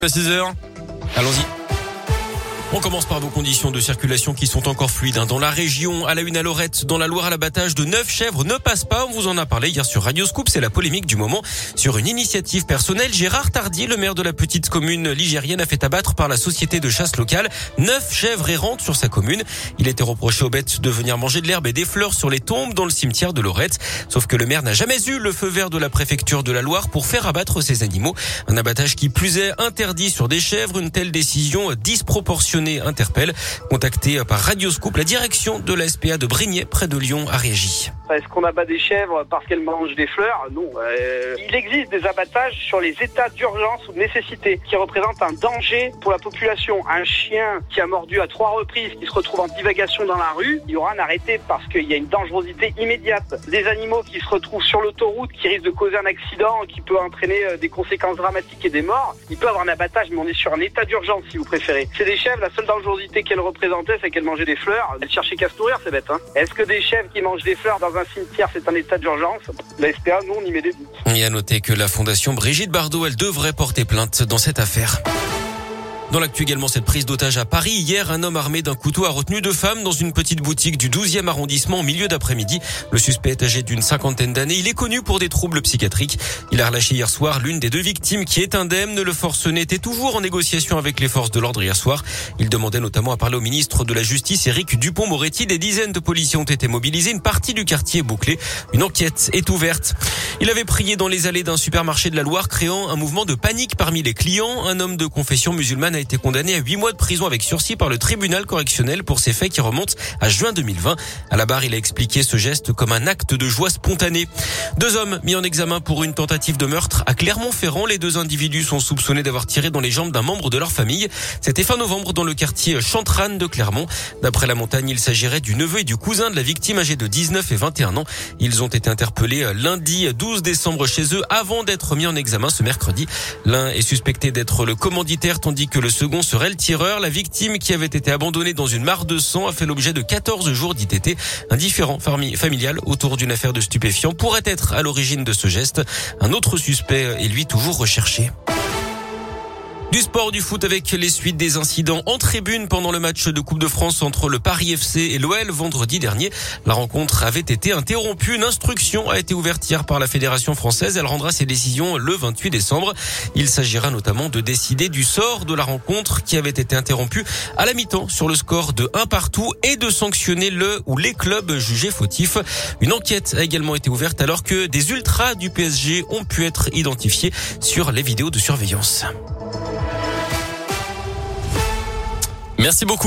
À 6h. Allons-y. On commence par vos conditions de circulation qui sont encore fluides. Dans la région, à la une à Lorette, dans la Loire, à l'abattage de 9 chèvres ne passe pas. On vous en a parlé hier sur Radio Scoop. C'est la polémique du moment. Sur une initiative personnelle, Gérard Tardy, le maire de la petite commune ligérienne, a fait abattre par la société de chasse locale 9 chèvres errantes sur sa commune. Il était reproché aux bêtes de venir manger de l'herbe et des fleurs sur les tombes dans le cimetière de Lorette. Sauf que le maire n'a jamais eu le feu vert de la préfecture de la Loire pour faire abattre ces animaux. Un abattage qui plus est interdit sur des chèvres. Une telle décision disproportionnée interpelle. Contacté par Radio Scoop, la direction de la SPA de Brignais, près de Lyon, a réagi. Est-ce qu'on abat des chèvres parce qu'elles mangent des fleurs? Non. Il existe des abattages sur les états d'urgence ou de nécessité qui représentent un danger pour la population. Un chien qui a mordu à 3 reprises, qui se retrouve en divagation dans la rue, il y aura un arrêté parce qu'il y a une dangerosité immédiate. Des animaux qui se retrouvent sur l'autoroute, qui risquent de causer un accident, qui peut entraîner des conséquences dramatiques et des morts, il peut avoir un abattage, mais on est sur un état d'urgence si vous préférez. C'est des chèvres, la seule dangerosité qu'elles représentaient, c'est qu'elles mangeaient des fleurs. Elles cherchaient qu'à se nourrir, c'est bête. Est-ce que des chèvres qui mangent des fleurs dans un cimetière, c'est un état d'urgence? La SPA, nous, on y met des doutes. Et à noter que la fondation Brigitte Bardot, elle devrait porter plainte dans cette affaire. Dans l'actu également, cette prise d'otage à Paris. Hier, un homme armé d'un couteau a retenu 2 femmes dans une petite boutique du 12e arrondissement au milieu d'après-midi. Le suspect est âgé d'une 50aine d'années. Il est connu pour des troubles psychiatriques. Il a relâché hier soir l'une des 2 victimes qui est indemne. Le forcené était toujours en négociation avec les forces de l'ordre hier soir. Il demandait notamment à parler au ministre de la Justice, Éric Dupond-Moretti. Des dizaines de policiers ont été mobilisés. Une partie du quartier est bouclée. Une enquête est ouverte. Il avait prié dans les allées d'un supermarché de la Loire, créant un mouvement de panique parmi les clients. Un homme de confession musulmane a été condamné à 8 mois de prison avec sursis par le tribunal correctionnel pour ces faits qui remontent à juin 2020. À la barre, il a expliqué ce geste comme un acte de joie spontanée. 2 hommes mis en examen pour une tentative de meurtre à Clermont-Ferrand. Les 2 individus sont soupçonnés d'avoir tiré dans les jambes d'un membre de leur famille. C'était fin novembre dans le quartier Chantrane de Clermont. D'après La Montagne, il s'agirait du neveu et du cousin de la victime âgés de 19 et 21 ans. Ils ont été interpellés lundi 12 décembre chez eux avant d'être mis en examen ce mercredi. L'un est suspecté d'être le commanditaire tandis que le second serait le tireur. La victime, qui avait été abandonnée dans une mare de sang, a fait l'objet de 14 jours d'ITT. Un différend familial autour d'une affaire de stupéfiants pourrait être à l'origine de ce geste. Un autre suspect est lui toujours recherché. Du sport, du foot avec les suites des incidents en tribune pendant le match de Coupe de France entre le Paris FC et l'OL vendredi dernier. La rencontre avait été interrompue. Une instruction a été ouverte hier par la Fédération française. Elle rendra ses décisions le 28 décembre. Il s'agira notamment de décider du sort de la rencontre qui avait été interrompue à la mi-temps sur le score de 1-1 et de sanctionner le ou les clubs jugés fautifs. Une enquête a également été ouverte alors que des ultras du PSG ont pu être identifiés sur les vidéos de surveillance. Merci beaucoup.